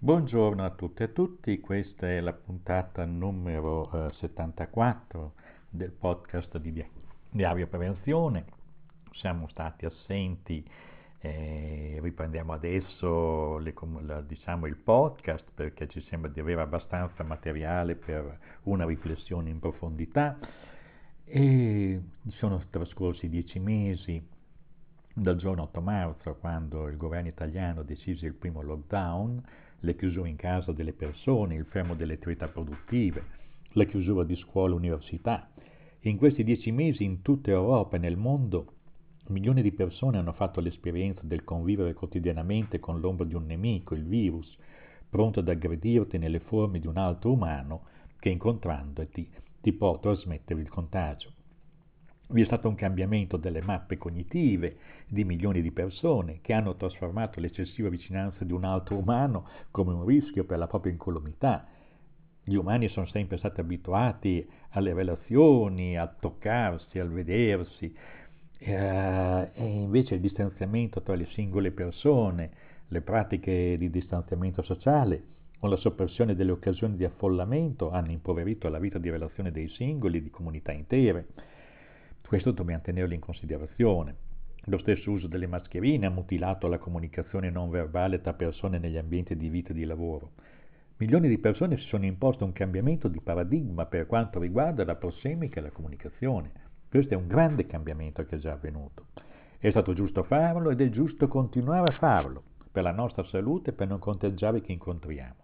Buongiorno a tutte e a tutti, questa è la puntata numero 74 del podcast di Avioprevenzione. Siamo stati assenti, riprendiamo adesso diciamo il podcast perché ci sembra di avere abbastanza materiale per una riflessione in profondità e sono trascorsi 10 mesi dal giorno 8 marzo, quando il governo italiano decise il primo lockdown, le chiusure in casa delle persone, il fermo delle attività produttive, la chiusura di scuole e università. In questi 10 mesi in tutta Europa e nel mondo milioni di persone hanno fatto l'esperienza del convivere quotidianamente con l'ombra di un nemico, il virus, pronto ad aggredirti nelle forme di un altro umano che incontrandoti ti può trasmettere il contagio. Vi è stato un cambiamento delle mappe cognitive di milioni di persone che hanno trasformato l'eccessiva vicinanza di un altro umano come un rischio per la propria incolumità. Gli umani sono sempre stati abituati alle relazioni, a toccarsi, al vedersi, e invece il distanziamento tra le singole persone, le pratiche di distanziamento sociale o la soppressione delle occasioni di affollamento hanno impoverito la vita di relazione dei singoli e di comunità intere. Questo dobbiamo tenerlo in considerazione. Lo stesso uso delle mascherine ha mutilato la comunicazione non verbale tra persone negli ambienti di vita e di lavoro. Milioni di persone si sono imposte un cambiamento di paradigma per quanto riguarda la prossemica e la comunicazione. Questo è un grande cambiamento che è già avvenuto. È stato giusto farlo ed è giusto continuare a farlo per la nostra salute e per non contagiare chi incontriamo.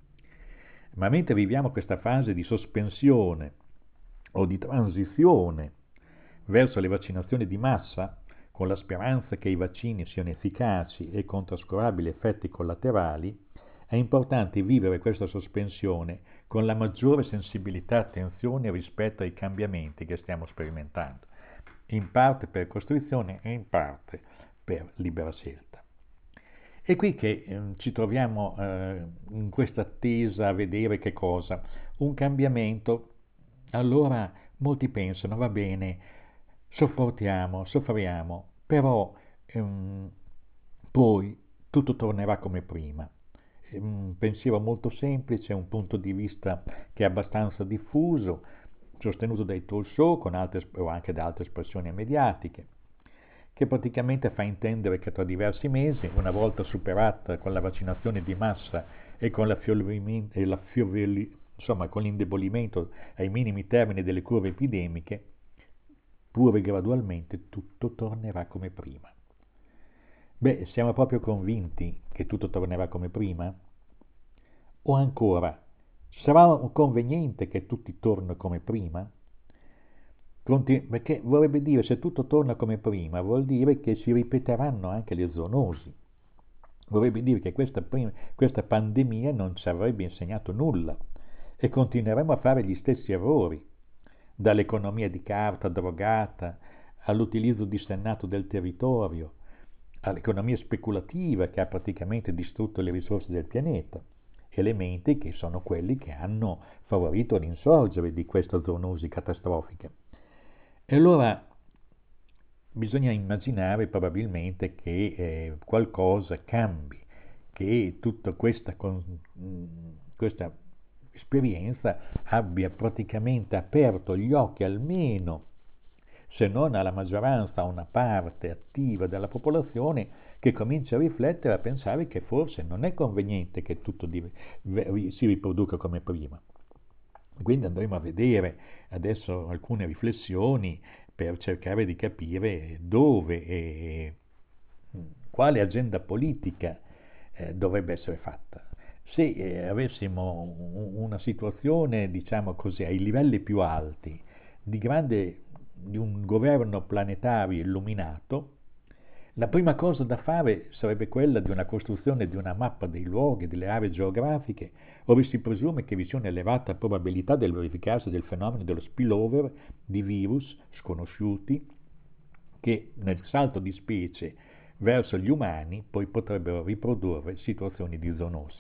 Ma mentre viviamo questa fase di sospensione o di transizione verso le vaccinazioni di massa, con la speranza che i vaccini siano efficaci e con trascurabili effetti collaterali, è importante vivere questa sospensione con la maggiore sensibilità e attenzione rispetto ai cambiamenti che stiamo sperimentando, in parte per costrizione e in parte per libera scelta. È qui che ci troviamo in questa attesa a vedere che cosa? Un cambiamento. Allora molti pensano, va bene, sopportiamo, soffriamo, però poi tutto tornerà come prima. È un pensiero molto semplice, un punto di vista che è abbastanza diffuso, sostenuto dai talk show o anche da altre espressioni mediatiche, che praticamente fa intendere che tra diversi mesi, una volta superata con la vaccinazione di massa e con insomma, con l'indebolimento ai minimi termini delle curve epidemiche, pure gradualmente tutto tornerà come prima. Beh, siamo proprio convinti che tutto tornerà come prima? O ancora, sarà conveniente che tutti tornino come prima? Perché vorrebbe dire, se tutto torna come prima, vuol dire che si ripeteranno anche le zoonosi. Vorrebbe dire che questa pandemia non ci avrebbe insegnato nulla e continueremo a fare gli stessi errori, dall'economia di carta drogata all'utilizzo dissennato del territorio, all'economia speculativa che ha praticamente distrutto le risorse del pianeta, elementi che sono quelli che hanno favorito l'insorgere di questa zoonosi catastrofica. E allora bisogna immaginare probabilmente che qualcosa cambi, che tutta questa esperienza abbia praticamente aperto gli occhi almeno, se non alla maggioranza, a una parte attiva della popolazione che comincia a riflettere, a pensare che forse non è conveniente che tutto si riproduca come prima. Quindi andremo a vedere adesso alcune riflessioni per cercare di capire dove e quale agenda politica dovrebbe essere fatta. Se avessimo una situazione, diciamo così, ai livelli più alti di un governo planetario illuminato, la prima cosa da fare sarebbe quella di una costruzione di una mappa dei luoghi, delle aree geografiche, dove si presume che vi sia un'elevata probabilità del verificarsi del fenomeno dello spillover di virus sconosciuti che nel salto di specie verso gli umani poi potrebbero riprodurre situazioni di zoonosi.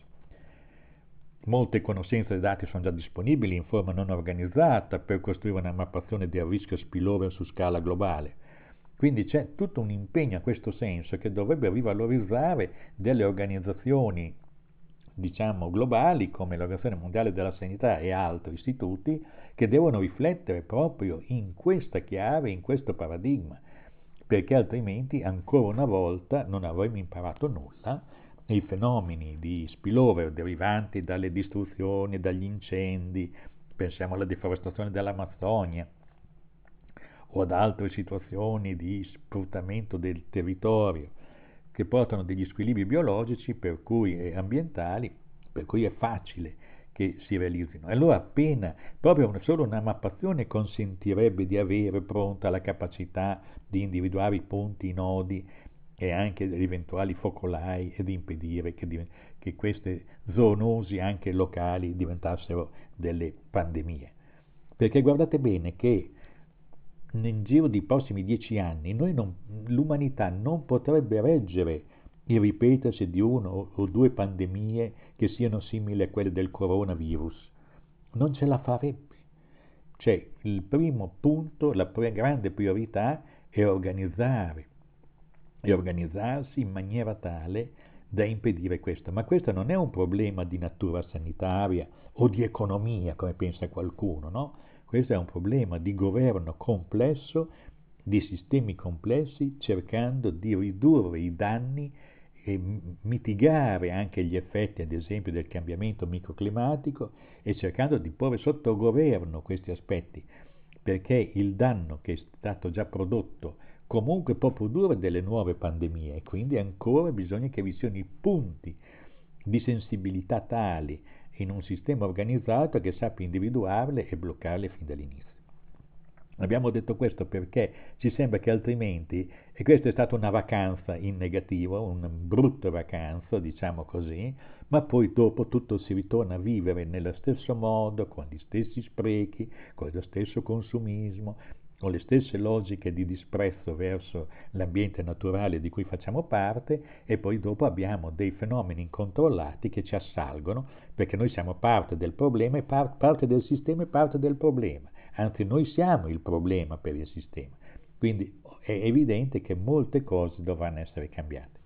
Molte conoscenze e dati sono già disponibili in forma non organizzata per costruire una mappazione del rischio spillover su scala globale. Quindi c'è tutto un impegno a questo senso che dovrebbe rivalorizzare delle organizzazioni diciamo, globali come l'Organizzazione Mondiale della Sanità e altri istituti che devono riflettere proprio in questa chiave, in questo paradigma, perché altrimenti ancora una volta non avremmo imparato nulla e i fenomeni di spillover derivanti dalle distruzioni, dagli incendi, pensiamo alla deforestazione dell'Amazzonia o ad altre situazioni di sfruttamento del territorio che portano degli squilibri biologici per cui, e ambientali, per cui è facile che si realizzino. Allora appena proprio solo una mappazione consentirebbe di avere pronta la capacità di individuare i punti, i nodi e anche gli eventuali focolai e di impedire che queste zoonosi anche locali diventassero delle pandemie. Perché guardate bene che nel giro dei prossimi 10 anni l'umanità non potrebbe reggere il ripetersi di una o due pandemie che siano simili a quelle del coronavirus. Non ce la farebbe. Cioè, il primo punto, la grande priorità è organizzare e organizzarsi in maniera tale da impedire questo. Ma questo non è un problema di natura sanitaria o di economia, come pensa qualcuno, no? Questo è un problema di governo complesso, di sistemi complessi, cercando di ridurre i danni e mitigare anche gli effetti, ad esempio, del cambiamento microclimatico e cercando di porre sotto governo questi aspetti, perché il danno che è stato già prodotto comunque può produrre delle nuove pandemie e quindi ancora bisogna che vi siano i punti di sensibilità tali in un sistema organizzato che sappia individuarle e bloccarle fin dall'inizio. Abbiamo detto questo perché ci sembra che altrimenti, e questa è stata una vacanza in negativo, una brutta vacanza, diciamo così, ma poi dopo tutto si ritorna a vivere nello stesso modo, con gli stessi sprechi, con lo stesso consumismo, con le stesse logiche di disprezzo verso l'ambiente naturale di cui facciamo parte e poi dopo abbiamo dei fenomeni incontrollati che ci assalgono perché noi siamo parte del problema e parte del sistema e parte del problema. Anzi, noi siamo il problema per il sistema. Quindi è evidente che molte cose dovranno essere cambiate.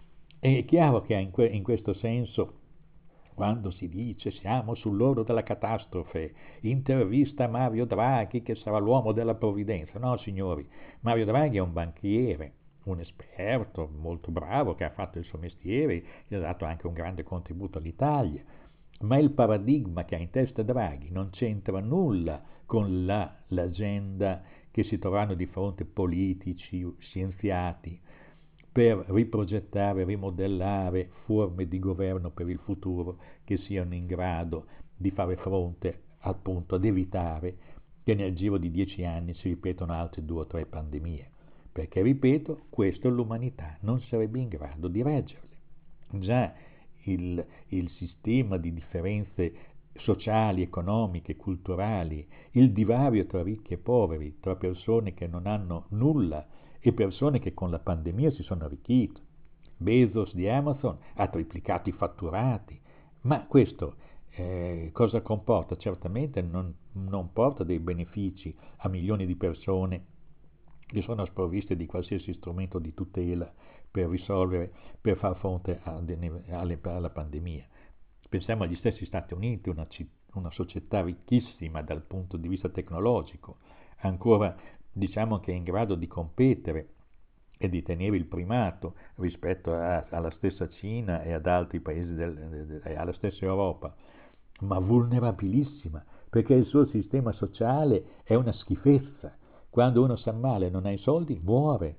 È chiaro che in questo senso, quando si dice siamo sull'orlo della catastrofe, intervista Mario Draghi che sarà l'uomo della provvidenza. No, signori, Mario Draghi è un banchiere, un esperto molto bravo che ha fatto il suo mestiere e ha dato anche un grande contributo all'Italia. Ma il paradigma che ha in testa Draghi non c'entra nulla con l'agenda che si trovano di fronte politici, scienziati, per riprogettare, rimodellare forme di governo per il futuro che siano in grado di fare fronte appunto ad evitare che nel giro di 10 anni si ripetano altre 2 o 3 pandemie. Perché, ripeto, questo l'umanità non sarebbe in grado di reggerle. Già il sistema di differenze sociali, economiche, culturali, il divario tra ricchi e poveri, tra persone che non hanno nulla e persone che con la pandemia si sono arricchite. Bezos di Amazon ha triplicato i fatturati, ma questo cosa comporta? Certamente non porta dei benefici a milioni di persone che sono sprovviste di qualsiasi strumento di tutela per risolvere, per far fronte alla pandemia. Pensiamo agli stessi Stati Uniti, una società ricchissima dal punto di vista tecnologico, ancora diciamo che è in grado di competere e di tenere il primato rispetto alla stessa Cina e ad altri paesi, alla stessa Europa, ma vulnerabilissima, perché il suo sistema sociale è una schifezza. Quando uno sta male e non ha i soldi, muore.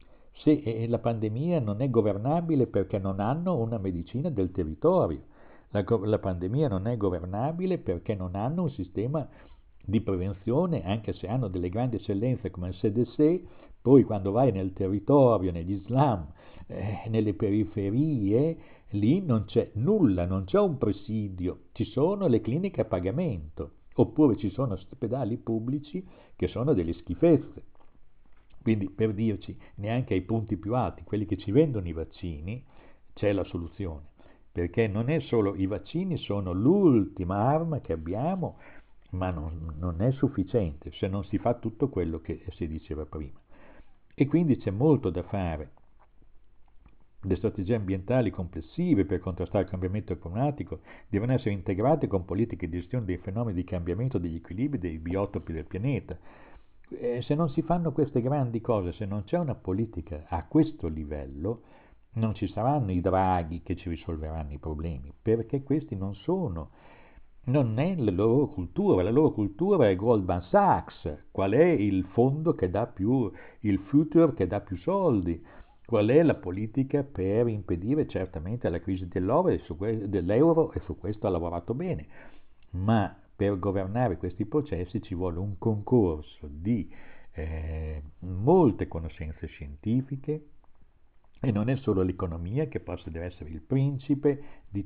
Se la pandemia non è governabile perché non hanno una medicina del territorio. La pandemia non è governabile perché non hanno un sistema di prevenzione, anche se hanno delle grandi eccellenze come il CDC, poi quando vai nel territorio, negli slam, nelle periferie, lì non c'è nulla, non c'è un presidio, ci sono le cliniche a pagamento, oppure ci sono ospedali pubblici che sono delle schifezze. Quindi per dirci, neanche ai punti più alti, quelli che ci vendono i vaccini, c'è la soluzione, perché non è solo i vaccini, sono l'ultima arma che abbiamo, ma non è sufficiente se non si fa tutto quello che si diceva prima. E quindi c'è molto da fare Le strategie ambientali complessive per contrastare il cambiamento climatico devono essere integrate con politiche di gestione dei fenomeni di cambiamento degli equilibri dei biotopi del pianeta. Se non si fanno queste grandi cose, se non c'è una politica a questo livello, non ci saranno i draghi che ci risolveranno i problemi, perché questi non è la loro cultura è Goldman Sachs, qual è il fondo che dà più, il future che dà più soldi, qual è la politica per impedire certamente la crisi dell'euro e su questo ha lavorato bene, ma per governare questi processi ci vuole un concorso di molte conoscenze scientifiche e non è solo l'economia che deve essere il principe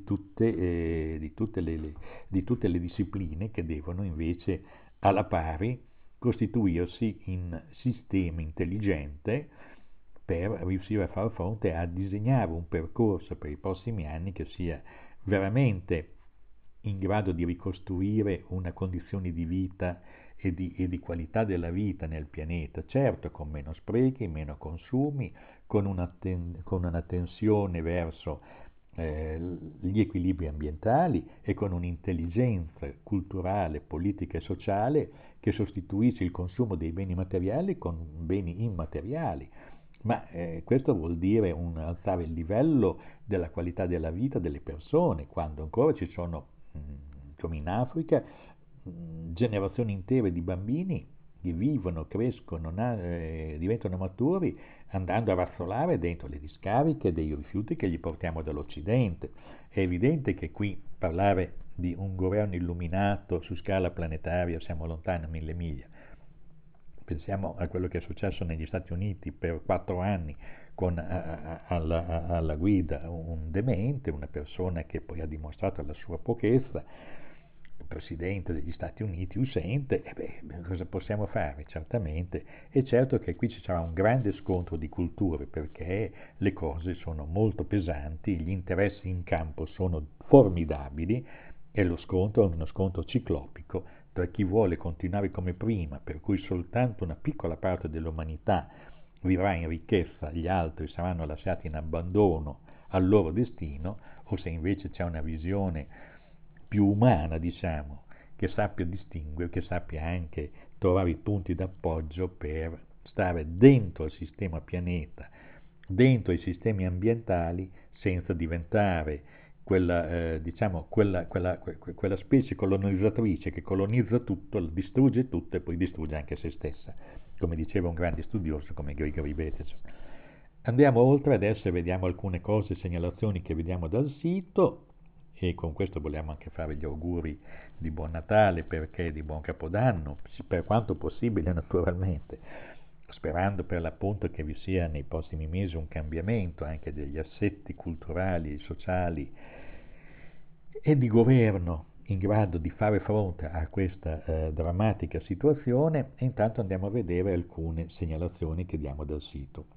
di tutte le discipline che devono invece alla pari costituirsi in sistema intelligente per riuscire a far fronte a disegnare un percorso per i prossimi anni che sia veramente in grado di ricostruire una condizione di vita e di qualità della vita nel pianeta, certo con meno sprechi, meno consumi, con un'attenzione verso gli equilibri ambientali e con un'intelligenza culturale, politica e sociale che sostituisce il consumo dei beni materiali con beni immateriali. Ma questo vuol dire alzare il livello della qualità della vita delle persone, quando ancora ci sono, come in Africa, generazioni intere di bambini che vivono, crescono, diventano maturi andando a razzolare dentro le discariche dei rifiuti che gli portiamo dall'Occidente. È evidente che qui parlare di un governo illuminato su scala planetaria siamo lontani 1000 miglia. Pensiamo a quello che è successo negli Stati Uniti per 4 anni con alla guida un demente, una persona che poi ha dimostrato la sua pochezza, il presidente degli Stati Uniti uscente, e beh, cosa possiamo fare? Certamente, è certo che qui ci sarà un grande scontro di culture perché le cose sono molto pesanti, gli interessi in campo sono formidabili e lo scontro è uno scontro ciclopico tra chi vuole continuare come prima, per cui soltanto una piccola parte dell'umanità vivrà in ricchezza, gli altri saranno lasciati in abbandono al loro destino, o se invece c'è una visione più umana, diciamo, che sappia distinguere, che sappia anche trovare i punti d'appoggio per stare dentro il sistema pianeta, dentro i sistemi ambientali, senza diventare quella specie colonizzatrice che colonizza tutto, distrugge tutto e poi distrugge anche se stessa, come diceva un grande studioso come Grigori Bateson. Andiamo oltre adesso e vediamo alcune cose, segnalazioni che vediamo dal sito e con questo vogliamo anche fare gli auguri di buon Natale perché di buon Capodanno, per quanto possibile naturalmente, sperando per l'appunto che vi sia nei prossimi mesi un cambiamento anche degli assetti culturali e sociali e di governo in grado di fare fronte a questa drammatica situazione e intanto andiamo a vedere alcune segnalazioni che diamo dal sito.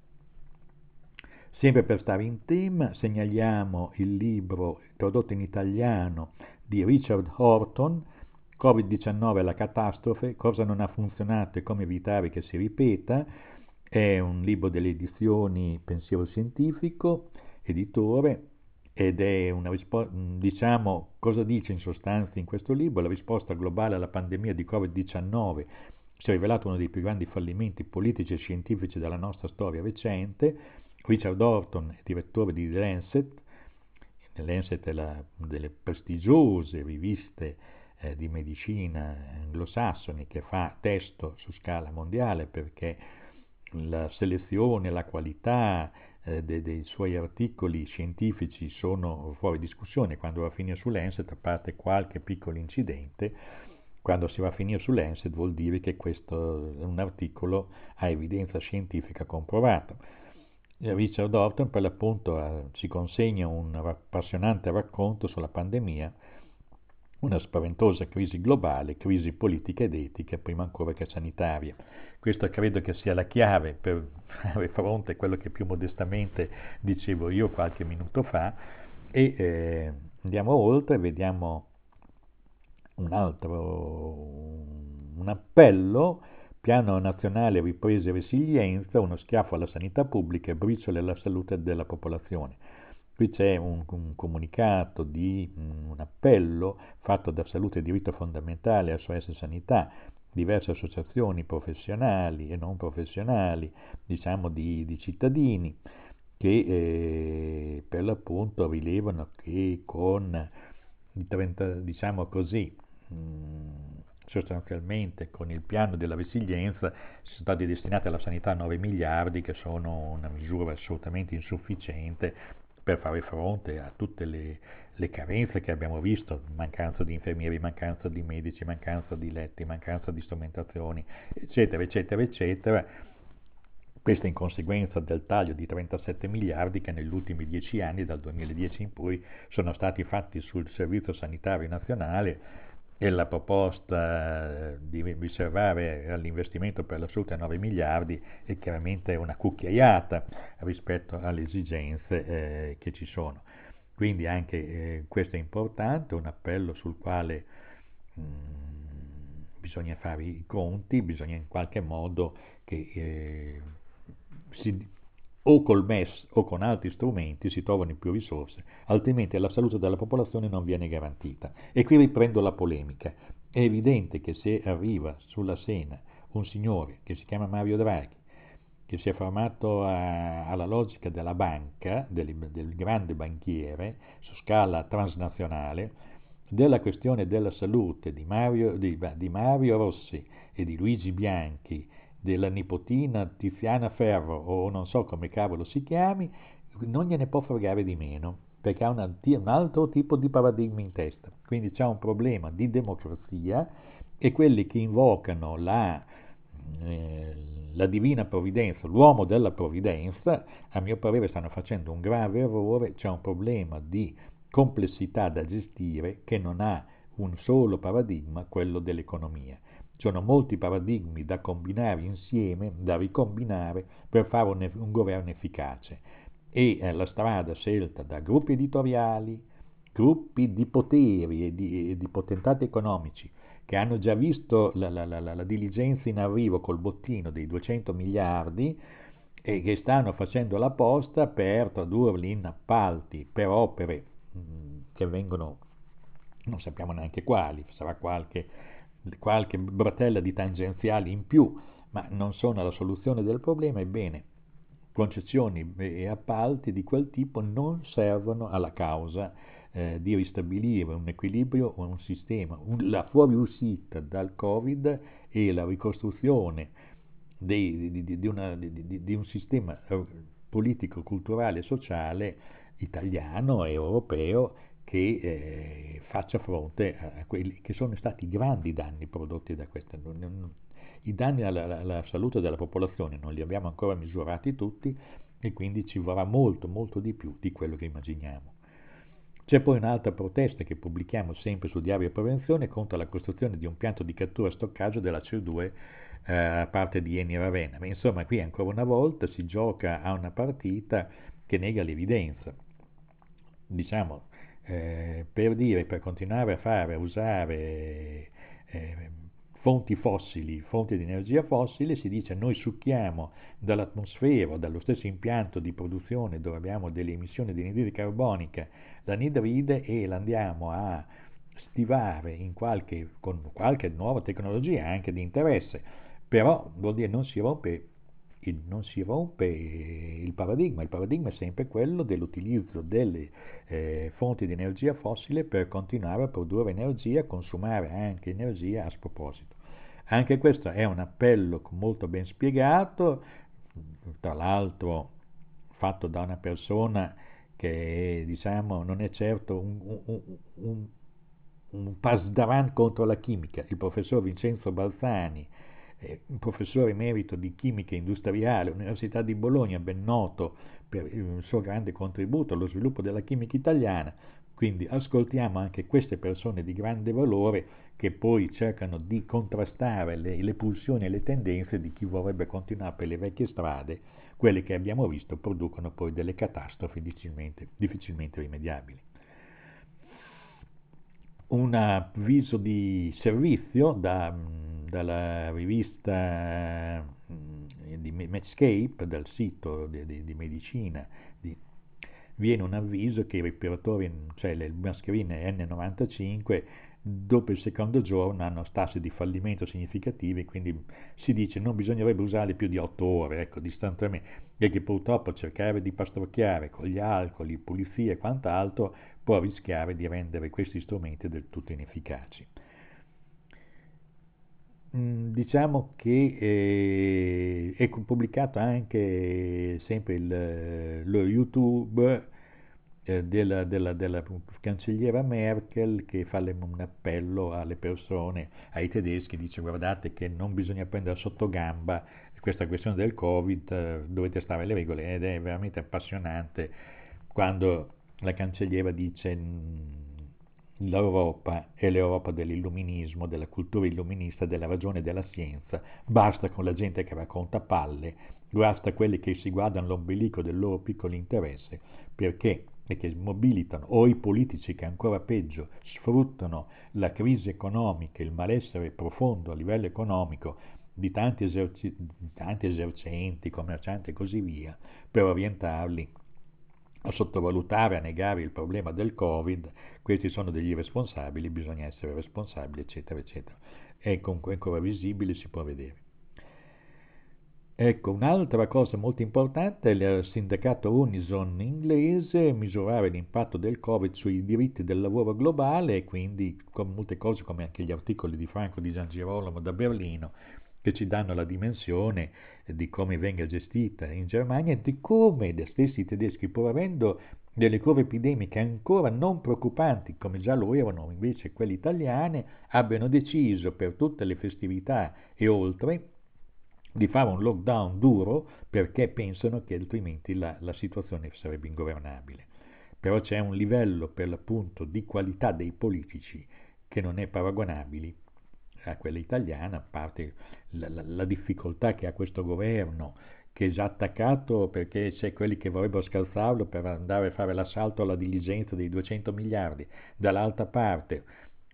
Sempre per stare in tema, segnaliamo il libro tradotto in italiano di Richard Horton, Covid-19 la catastrofe, cosa non ha funzionato e come evitare che si ripeta. È un libro delle edizioni Pensiero Scientifico, editore, ed è una risposta, diciamo, cosa dice in sostanza in questo libro? La risposta globale alla pandemia di Covid-19 si è rivelato uno dei più grandi fallimenti politici e scientifici della nostra storia recente. Richard Horton è direttore di Lancet. Lancet è delle prestigiose riviste di medicina anglosassoni che fa testo su scala mondiale perché la selezione, la qualità dei suoi articoli scientifici sono fuori discussione. Quando va a finire su Lancet, a parte qualche piccolo incidente, quando si va a finire su Lancet vuol dire che questo è un articolo ha evidenza scientifica comprovata. Richard Horton per l'appunto ci consegna un appassionante racconto sulla pandemia, una spaventosa crisi globale, crisi politica ed etica, prima ancora che sanitaria. Questa credo che sia la chiave per fare fronte a quello che più modestamente dicevo io qualche minuto fa e andiamo oltre, vediamo un appello Piano nazionale ripresa e resilienza, uno schiaffo alla sanità pubblica e briciole alla salute della popolazione. Qui c'è un comunicato un appello fatto da Salute e Diritto Fondamentale, SOS Sanità, diverse associazioni professionali e non professionali, diciamo di cittadini, che per l'appunto rilevano che con diciamo così, sostanzialmente con il piano della resilienza sono stati destinati alla sanità 9 miliardi, che sono una misura assolutamente insufficiente per fare fronte a tutte le carenze che abbiamo visto: mancanza di infermieri, mancanza di medici, mancanza di letti, mancanza di strumentazioni, eccetera, eccetera, eccetera. Questo in conseguenza del taglio di 37 miliardi che negli ultimi 10 anni, dal 2010 in poi, sono stati fatti sul Servizio Sanitario Nazionale, e la proposta di riservare all'investimento per la salute 9 miliardi è chiaramente una cucchiaiata rispetto alle esigenze che ci sono. Quindi anche questo è importante, un appello sul quale bisogna fare i conti, bisogna in qualche modo che si, o col MES o con altri strumenti si trovano più risorse, altrimenti la salute della popolazione non viene garantita. E qui riprendo la polemica. È evidente che se arriva sulla scena un signore che si chiama Mario Draghi, che si è formato alla logica della banca, del grande banchiere, su scala transnazionale, della questione della salute di Mario Rossi e di Luigi Bianchi, della nipotina Tiziana Ferro, o non so come cavolo si chiami, non gliene può fregare di meno, perché ha un altro tipo di paradigma in testa. Quindi c'è un problema di democrazia, e quelli che invocano la divina provvidenza, l'uomo della provvidenza, a mio parere stanno facendo un grave errore. C'è un problema di complessità da gestire che non ha un solo paradigma, quello dell'economia. Ci sono molti paradigmi da combinare insieme, da ricombinare per fare un governo efficace, e la strada scelta da gruppi editoriali, gruppi di poteri e di potentati economici che hanno già visto la diligenza in arrivo col bottino dei 200 miliardi e che stanno facendo la posta per tradurli in appalti per opere che vengono, non sappiamo neanche quali, sarà qualche bretella di tangenziali in più, ma non sono la soluzione del problema. Ebbene, concessioni e appalti di quel tipo non servono alla causa di ristabilire un equilibrio, un sistema, la fuoriuscita dal Covid e la ricostruzione di un sistema politico, culturale e sociale italiano e europeo che faccia fronte a quelli che sono stati i grandi danni prodotti da questa. I danni alla salute della popolazione non li abbiamo ancora misurati tutti, e quindi ci vorrà molto, molto di più di quello che immaginiamo. C'è poi un'altra protesta che pubblichiamo sempre su Diario Prevenzione contro la costruzione di un pianto di cattura e stoccaggio della CO2 a parte di Eni Ravenna. Ma insomma, qui ancora una volta si gioca a una partita che nega l'evidenza. Diciamo, per continuare a usare fonti fossili, fonti di energia fossile, si dice: noi succhiamo dall'atmosfera, dallo stesso impianto di produzione dove abbiamo delle emissioni di anidride carbonica, l'anidride, e la andiamo a stivare con qualche nuova tecnologia anche di interesse, però vuol dire non si rompe il paradigma è sempre quello dell'utilizzo delle fonti di energia fossile per continuare a produrre energia, consumare anche energia a sproposito. Anche questo è un appello molto ben spiegato, tra l'altro fatto da una persona che, diciamo, non è certo un pasdaran contro la chimica, il professor Vincenzo Balzani, un professore emerito di chimica industriale all'Università di Bologna, ben noto per il suo grande contributo allo sviluppo della chimica italiana. Quindi ascoltiamo anche queste persone di grande valore, che poi cercano di contrastare le pulsioni e le tendenze di chi vorrebbe continuare per le vecchie strade. Quelle che abbiamo visto producono poi delle catastrofi difficilmente rimediabili. Un avviso di servizio da dalla rivista di Medscape, dal sito di medicina, viene un avviso che i respiratori, cioè le mascherine N95, dopo il secondo giorno hanno tassi di fallimento significativi, quindi si dice non bisognerebbe usarli più di 8 ore, ecco, distanziamento, e che purtroppo cercare di pastrocchiare con gli alcoli, pulizie e quant'altro può rischiare di rendere questi strumenti del tutto inefficaci. Diciamo che è pubblicato anche sempre lo YouTube della cancelliera Merkel, che fa un appello alle persone, ai tedeschi, dice guardate che non bisogna prendere sotto gamba questa questione del Covid, dovete stare alle regole, ed è veramente appassionante quando la cancelliera dice l'Europa è l'Europa dell'illuminismo, della cultura illuminista, della ragione e della scienza, basta con la gente che racconta palle, basta quelli che si guardano l'ombelico del loro piccolo interesse, perché e che mobilitano, o i politici che ancora peggio sfruttano la crisi economica, il malessere profondo a livello economico di tanti esercenti, commercianti e così via, per orientarli a sottovalutare, a negare il problema del Covid. Questi sono degli irresponsabili, bisogna essere responsabili, eccetera, eccetera. È ancora visibile, si può vedere. Ecco, un'altra cosa molto importante è il sindacato Unison inglese, misurare l'impatto del Covid sui diritti del lavoro globale, e quindi con molte cose come anche gli articoli di Franco Di Giangirolamo da Berlino, che ci danno la dimensione di come venga gestita in Germania e di come gli stessi tedeschi, pur avendo delle curve epidemiche ancora non preoccupanti come già lo erano invece quelle italiane, abbiano deciso per tutte le festività e oltre di fare un lockdown duro perché pensano che altrimenti la situazione sarebbe ingovernabile. Però c'è un livello per l'appunto di qualità dei politici che non è paragonabile a quella italiana, a parte la difficoltà che ha questo governo, che è già attaccato perché c'è quelli che vorrebbero scalzarlo per andare a fare l'assalto alla diligenza dei 200 miliardi, dall'altra parte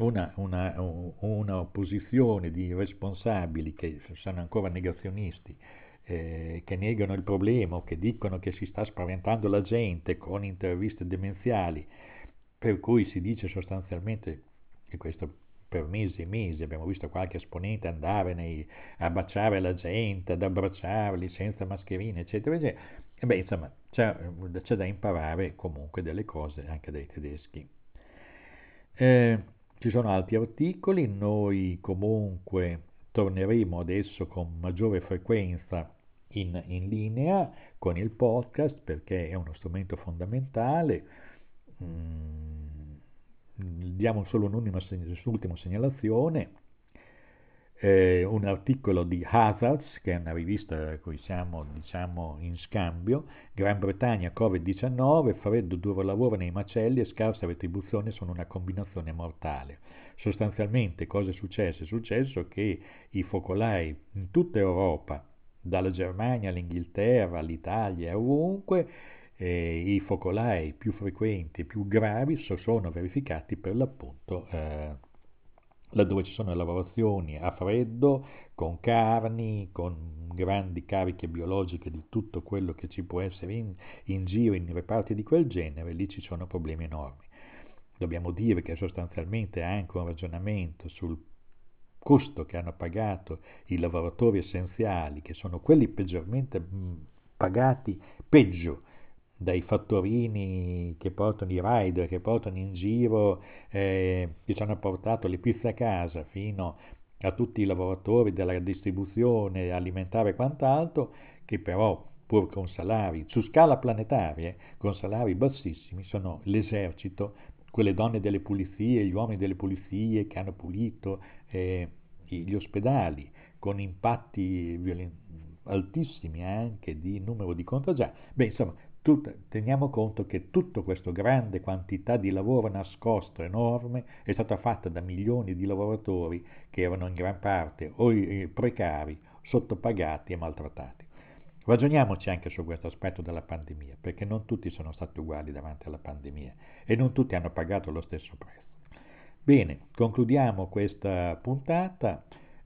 una opposizione di responsabili che sono ancora negazionisti, che negano il problema o che dicono che si sta spaventando la gente con interviste demenziali, per cui si dice sostanzialmente, e questo per mesi e mesi abbiamo visto qualche esponente andare a baciare la gente, ad abbracciarli senza mascherine, eccetera, eccetera. E beh, insomma, c'è da imparare comunque delle cose anche dai tedeschi. Eh, Ci sono altri articoli, noi comunque torneremo adesso con maggiore frequenza in linea con il podcast perché è uno strumento fondamentale. Mm, Diamo solo un'ultima segnalazione. Un articolo di Hazards, che è una rivista a cui siamo diciamo in scambio, Gran Bretagna Covid-19, freddo, duro lavoro nei macelli e scarsa retribuzione sono una combinazione mortale. Sostanzialmente cosa è successo? È successo che i focolai in tutta Europa, dalla Germania all'Inghilterra, all'Italia, ovunque, i focolai più frequenti e più gravi sono verificati per l'appunto laddove ci sono lavorazioni a freddo, con carni, con grandi cariche biologiche di tutto quello che ci può essere in giro in reparti di quel genere, lì ci sono problemi enormi. Dobbiamo dire che sostanzialmente ha anche un ragionamento sul costo che hanno pagato i lavoratori essenziali, che sono quelli peggiormente pagati, peggio dai fattorini che portano i rider, che portano in giro, che ci hanno portato le pizze a casa, fino a tutti i lavoratori della distribuzione alimentare e quant'altro, che però pur con salari su scala planetaria, con salari bassissimi, sono l'esercito, quelle donne delle pulizie, gli uomini delle pulizie che hanno pulito gli ospedali, con impatti altissimi anche di numero di contagiati. Beh, insomma, teniamo conto che tutta questa grande quantità di lavoro nascosto enorme è stata fatta da milioni di lavoratori che erano in gran parte o precari, sottopagati e maltrattati. Ragioniamoci anche su questo aspetto della pandemia, perché non tutti sono stati uguali davanti alla pandemia e non tutti hanno pagato lo stesso prezzo. Bene, concludiamo questa puntata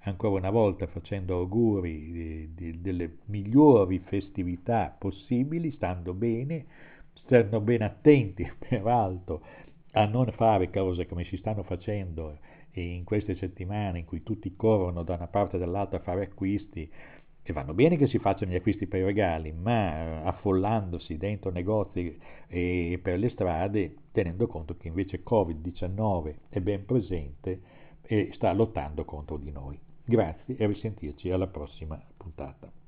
ancora una volta facendo auguri delle migliori festività possibili, stando bene attenti peraltro a non fare cose come si stanno facendo in queste settimane in cui tutti corrono da una parte e dall'altra a fare acquisti, e vanno bene che si facciano gli acquisti per i regali, ma affollandosi dentro negozi e per le strade, tenendo conto che invece Covid-19 è ben presente e sta lottando contro di noi. Grazie e a risentirci alla prossima puntata.